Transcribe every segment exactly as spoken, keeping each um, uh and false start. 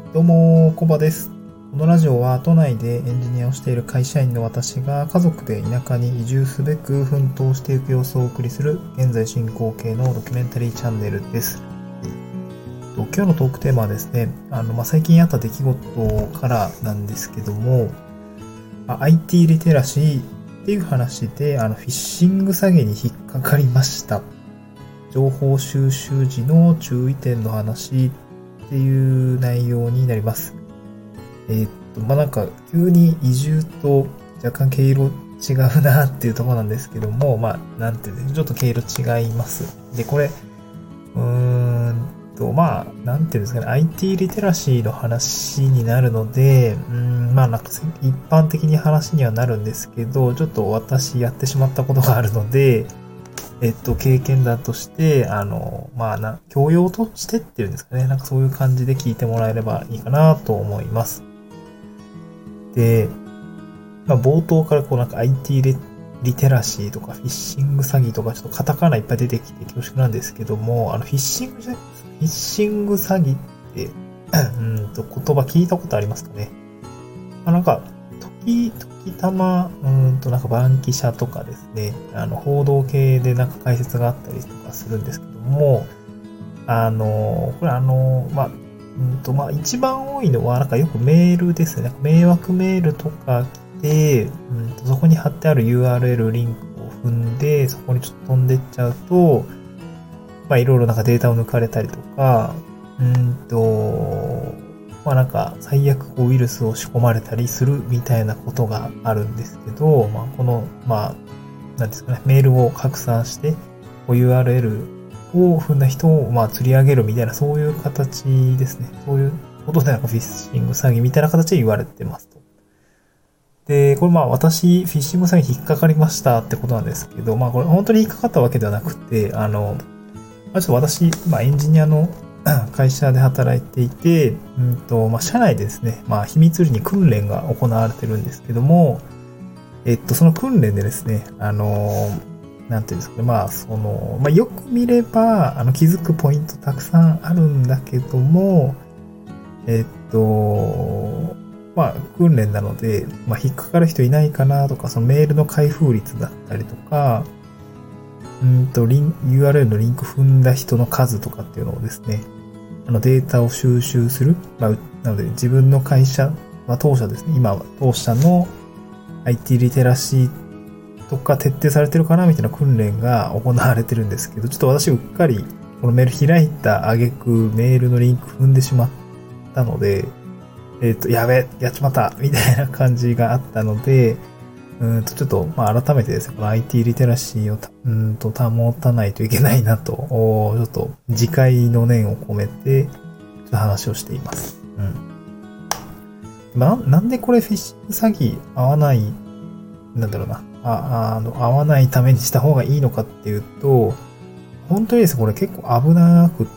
どうも、コバです。このラジオは都内でエンジニアをしている会社員の私が家族で田舎に移住すべく奮闘していく様子をお送りする現在進行形のドキュメンタリーチャンネルです。今日のトークテーマはですね、あの、まあ、最近あった出来事からなんですけども、アイティー リテラシーっていう話で、あの、フィッシング詐欺に引っかかりました。情報収集時の注意点の話っていう内容になります。えー、っと、まあ、なんか、急に移住と若干毛色違うなっていうところなんですけども、まあ、なんていうの、ちょっと毛色違います。で、これ、うーんと、まあ、なんていうんですかね、アイティー リテラシーの話になるので、うーん、まあ、なんか、一般的に話にはなるんですけど、ちょっと私やってしまったことがあるので、えっと、経験談として、あの、まあな、教養としてっていうんですかね。なんかそういう感じで聞いてもらえればいいかなと思います。で、まあ冒頭からこうなんか アイティー リ, リテラシーとかフィッシング詐欺とかちょっとカタカナいっぱい出てきて恐縮なんですけども、あのフィッシング、フィッシング詐欺って、うんと言葉聞いたことありますかね。まあ、なんか、時、時たま、うんとなんかバンキシャとかですね、あの、報道系でなんか解説があったりとかするんですけども、あの、これあの、まあ、うんと、まあ、一番多いのは、なんかよくメールですね。迷惑メールとか来て、うんと、そこに貼ってある ユーアールエル リンクを踏んで、そこにちょっと飛んでっちゃうと、まあ、いろいろなんかデータを抜かれたりとか、うんと、まあなんか最悪こうウイルスを仕込まれたりするみたいなことがあるんですけど、まあこの、まあ、なんですかね、メールを拡散して、ユーアールエル を踏んだ人をまあ釣り上げるみたいなそういう形ですね。そういうことでなんかフィッシング詐欺みたいな形で言われてますと。で、これまあ私、フィッシング詐欺に引っかかりましたってことなんですけど、まあこれ本当に引っかかったわけではなくて、あの、まあ、ちょっと私、まあエンジニアの会社で働いていて、うんと、まあ、社内でですね、まあ、秘密裏に訓練が行われてるんですけども、えっと、その訓練でですね、あの、なんていうんですかね、まあ、その、まあ、よく見れば、あの、気づくポイントたくさんあるんだけども、えっと、まあ、訓練なので、まあ、引っかかる人いないかなとか、そのメールの開封率だったりとか、うんと、リン、ユーアールエル のリンク踏んだ人の数とかっていうのをですね、あのデータを収集する。まあ、なので自分の会社、まあ、当社ですね。今は当社の アイティー リテラシーとか徹底されてるかなみたいな訓練が行われてるんですけど、ちょっと私うっかりこのメール開いた挙句メールのリンク踏んでしまったので、えっと、やべ、やっちまった、みたいな感じがあったので、うんと、ちょっと、まあ、改めてですね、この アイティー リテラシーをうんと保たないといけないなと、ちょっと自戒の念を込めて、ちょっと話をしています。うん。まあ、なんでこれフィッシング詐欺合わない、なんだろうな、あ、あの、合わないためにした方がいいのかっていうと、本当にですね、これ結構危なくって、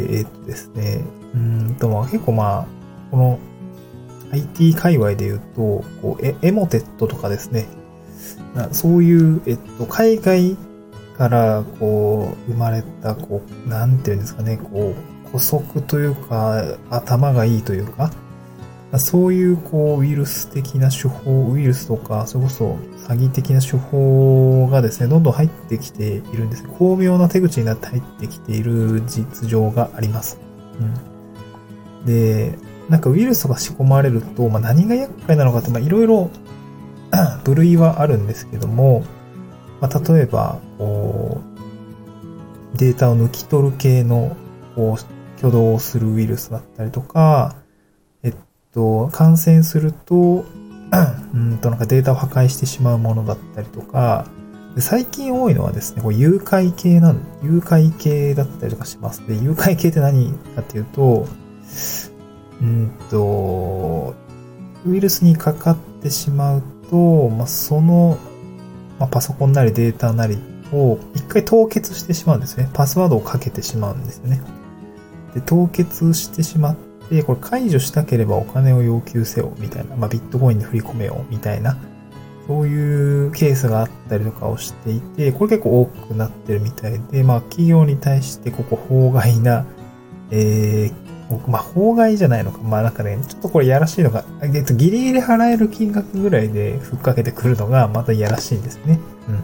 えっとですね、うんと、まあ、結構まあ、この、アイティー 界隈で言うと、こうエ、エモテットとかですね。そういう、えっと、海外から、こう、生まれた、こう、なんていうんですかね、こう、古速というか、頭がいいというか、そういう、こう、ウイルス的な手法、ウイルスとか、それこそ詐欺的な手法がですね、どんどん入ってきているんですね。巧妙な手口になって入ってきている実情があります。うん。で、なんかウイルスが仕込まれると、まあ、何が厄介なのかって、まあ、いろいろ部類はあるんですけども、まあ、例えば、こう、データを抜き取る系の、こう、挙動をするウイルスだったりとか、えっと、感染すると、うんと、なんかデータを破壊してしまうものだったりとか、で最近多いのはですね、こう誘拐系なん、誘拐系だったりとかします。で、誘拐系って何かっていうと、うんと、ウイルスにかかってしまうと、まあ、その、まあ、パソコンなりデータなりを一回凍結してしまうんですね。パスワードをかけてしまうんですよね。で、凍結してしまって、これ解除したければお金を要求せよ、みたいな。まあ、ビットコインに振り込めよ、みたいな。そういうケースがあったりとかをしていて、これ結構多くなってるみたいで、まあ、企業に対してここ法外な、えー、 まあ、法外じゃないのか。まあなんかね、ちょっとこれやらしいのが、えっと、ギリギリ払える金額ぐらいでふっかけてくるのがまたいやらしいんですね。うん。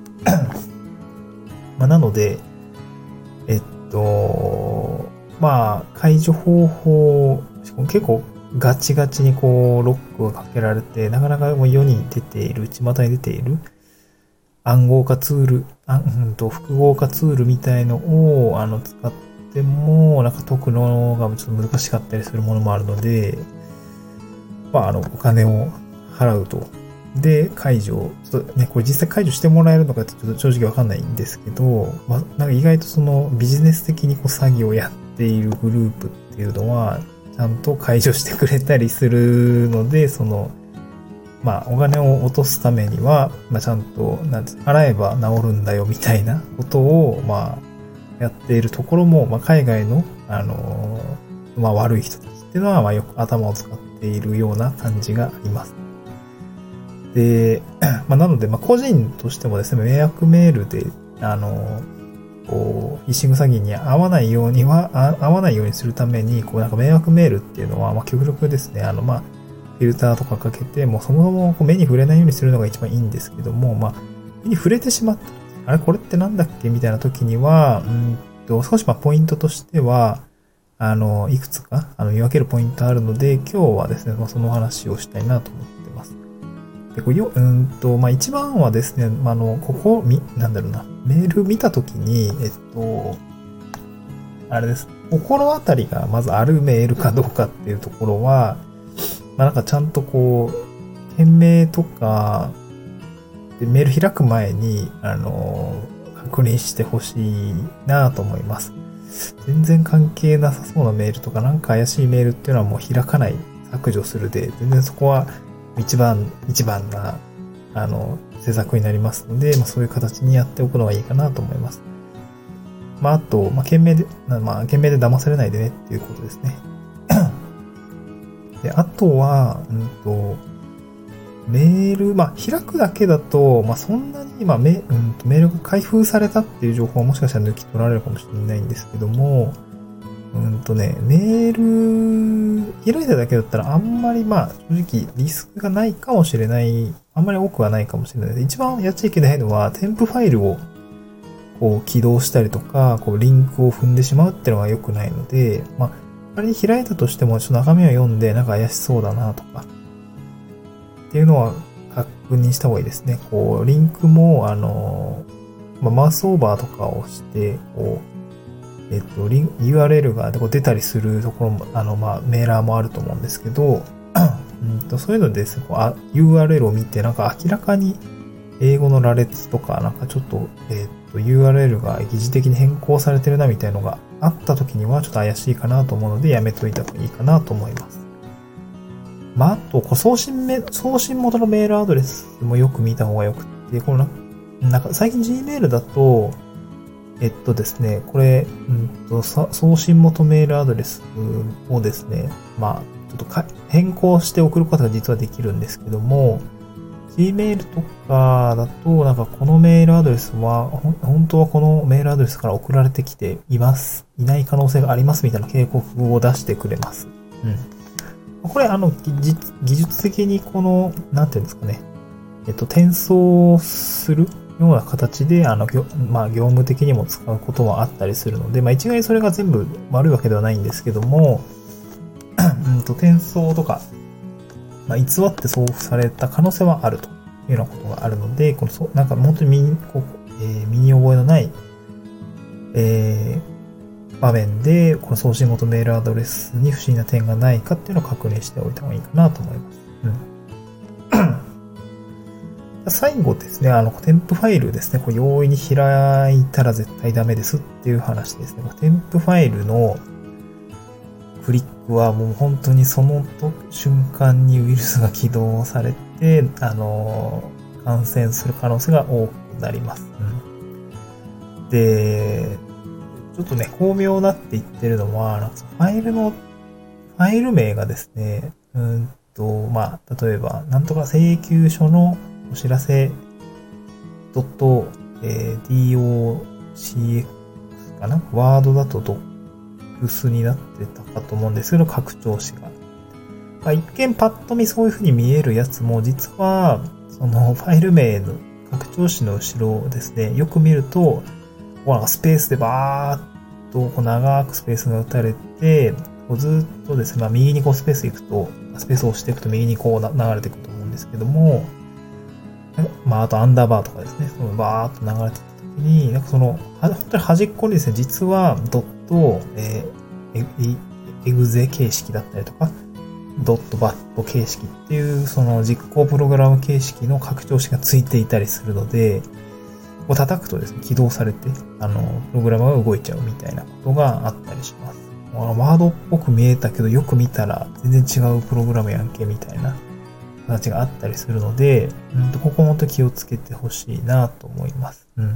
まあなので、えっと、まあ、解除方法、結構ガチガチにこう、ロックがかけられて、なかなかもう世に出ている、巷に出ている暗号化ツール、あうんと、複合化ツールみたいのを、あの、使っても、なんか解くのがちょっと難しかったりするものもあるので、まあ、あの、お金を払うと。で、解除、ちょっとね、これ実際解除してもらえるのかってちょっと正直わかんないんですけど、まあ、なんか意外とそのビジネス的にこう詐欺をやっているグループっていうのは、ちゃんと解除してくれたりするので、その、まあ、お金を落とすためには、まあ、ちゃんと、なんて、払えば治るんだよみたいなことを、まあ、やっているところも、まあ、海外の、あの、まあ、悪い人たちっていうのは、まあ、よく頭を使っているような感じがあります。で、まあ、なので、まあ、個人としてもですね、迷惑メールで、あの、こう、フィッシング詐欺に合わないようには、合わないようにするために、こう、なんか迷惑メールっていうのは、まあ、極力ですね、あの、まあ、フィルターとかかけて、もうそもそも目に触れないようにするのが一番いいんですけども、まあ、目に触れてしまった。あれこれってなんだっけみたいな時には、うんと、少しまあポイントとしては、あの、いくつか、あの、見分けるポイントあるので、今日はですね、まあ、その話をしたいなと思ってます。で、これよ、うんと、まあ一番はですね、まあ、あの、ここ、み、なんだろうな、メール見た時に、えっと、あれです。心当たりがまずあるメールかどうかっていうところは、まあなんかちゃんとこう、件名とか、でメール開く前に、あの、確認してほしいなと思います。全然関係なさそうなメールとか、なんか怪しいメールっていうのはもう開かない、削除するで、全然そこは一番、一番な、あの、施策になりますので、まあそういう形にやっておくのがいいかなと思います。まああと、まあ件名で、まあ件名で騙されないでねっていうことですね。で、あとは、うんと、メール、まあ、開くだけだと、まあ、そんなに、まあ、メ、うん、メールが開封されたっていう情報はもしかしたら抜き取られるかもしれないんですけども、うんとね、メール、開いただけだったらあんまり、まあ、正直リスクがないかもしれない、あんまり多くはないかもしれないです。一番やっちゃいけないのは、添付ファイルを、こう、起動したりとか、こう、リンクを踏んでしまうっていうのが良くないので、まあ、仮に開いたとしても、ちょっと中身を読んで、なんか怪しそうだなとか、っていうのは確認した方がいいですね。こう、リンクも、あの、まあ、マウスオーバーとかをして、こう、えっと、リン、ユーアールエル が出たりするところも、あの、まあ、メーラーもあると思うんですけど、うんとそういうのでですね、こうあ ユーアールエル を見て、なんか明らかに英語の羅列とか、なんかちょっと、えっと、ユーアールエル が疑似的に変更されてるなみたいなのがあった時には、ちょっと怪しいかなと思うので、やめといた方がいいかなと思います。まあ、あと、こう送信め、送信元のメールアドレスもよく見た方がよくて、このなんか、最近 Gmail だと、えっとですね、これ、うんと、送信元メールアドレスをですね、まあ、ちょっとか変更して送ることが実はできるんですけども、Gmail とかだと、なんかこのメールアドレスは、本当はこのメールアドレスから送られてきています、いない可能性がありますみたいな警告を出してくれます。うん。これ、あの、技術的にこの、なんていうんですかね、えっと、転送するような形で、あの、まあ、業務的にも使うことはあったりするので、まあ、一概にそれが全部悪いわけではないんですけども、うんと、転送とか、まあ、偽って送付された可能性はあるというようなことがあるので、この、なんか、本当に身に、こう、えー、身に覚えのない、えー、場面で、この送信元メールアドレスに不審な点がないかっていうのを確認しておいた方がいいかなと思います。うん、最後ですね、あの、添付ファイルですね、これ容易に開いたら絶対ダメですっていう話ですね。添付ファイルのクリックはもう本当にその瞬間にウイルスが起動されて、あの、感染する可能性が多くなります。うん、で、ちょっとね、巧妙だって言ってるのは、ファイルの、ファイル名がですね、うんと、まあ、例えば、なんとか請求書のお知らせ .docx かなワードだとドスになってたかと思うんですけど、拡張子が。まあ、一見パッと見そういう風に見えるやつも、実は、そのファイル名の拡張子の後ろをですね、よく見ると、こうなんかスペースでバーっとこう長くスペースが打たれて、こうずっとですね、まあ右にこうスペース行くと、スペースを押していくと右にこう流れていくと思うんですけども、まああとアンダーバーとかですね、そのバーっと流れていった時に、なんかその、本当に端っこにですね、実はドット、えー、エグゼ形式だったりとか、ドットバット形式っていう、その実行プログラム形式の拡張子がついていたりするので、こう叩くとですね、起動されて、あの、プログラムが動いちゃうみたいなことがあったりします。ワードっぽく見えたけど、よく見たら全然違うプログラムやんけみたいな形があったりするので、うんと、ここも本当気をつけてほしいなと思います。うん。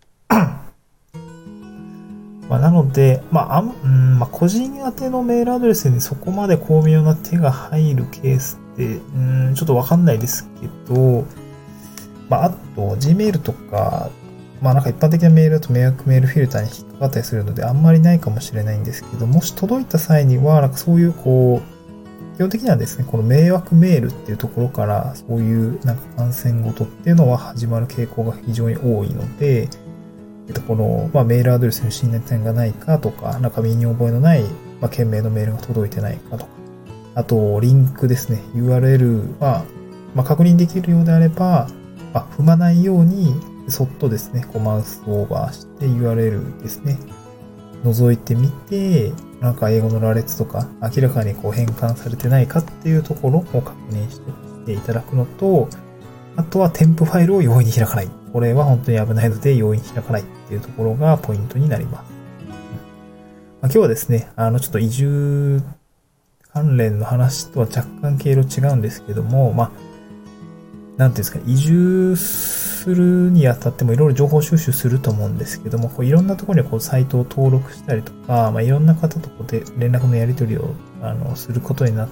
まあ、なので、まあ、あん、うん、まあ、個人宛てのメールアドレスにそこまで巧妙な手が入るケースって、うん、ちょっとわかんないですけど、まあ、あと、Gmail とか、まあなんか一般的なメールだと迷惑メールフィルターに引っかかったりするのであんまりないかもしれないんですけど、もし届いた際には、なんかそういうこう、基本的にはですね、この迷惑メールっていうところから、そういうなんか感染事っていうのは始まる傾向が非常に多いので、えっと、この、まあ、メールアドレスに不審な点がないかとか、なんか身に覚えのない、まあ、件名のメールが届いてないかとか、あと、リンクですね、ユーアールエル は、まあ、確認できるようであれば、まあ、踏まないように、そっとですね、こうマウスオーバーして ユーアールエル ですね、覗いてみて、なんか英語の羅列とか、明らかにこう変換されてないかっていうところを確認していただくのと、あとは添付ファイルを容易に開かない。これは本当に危ないので容易に開かないっていうところがポイントになります。まあ、今日はですね、あのちょっと移住関連の話とは若干経路違うんですけども、まあ、なんていうんですか、移住するにあたってもいろいろ情報収集すると思うんですけども、こういろんなところにこうサイトを登録したりとか、まあ、いろんな方とこうで連絡のやり取りをあのすることになって、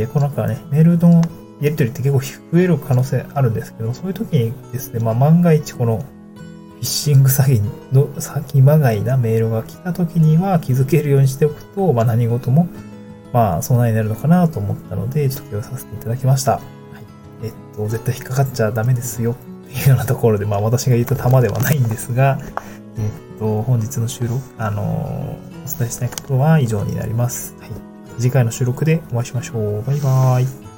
この中ね、メールのやり取りって結構増える可能性あるんですけど、そういう時にですね、まあ万が一このフィッシング詐欺の先まがいなメールが来た時には気づけるようにしておくと、まあ何事もまあ備えになるのかなと思ったので、ちょっと共有させていただきました。はい。えっと、絶対引っかかっちゃダメですよっていうようなところで、まあ私が言った玉ではないんですが、えっと、本日の収録、あのー、お伝えしたいことは以上になります。はい。次回の収録でお会いしましょう。バイバーイ。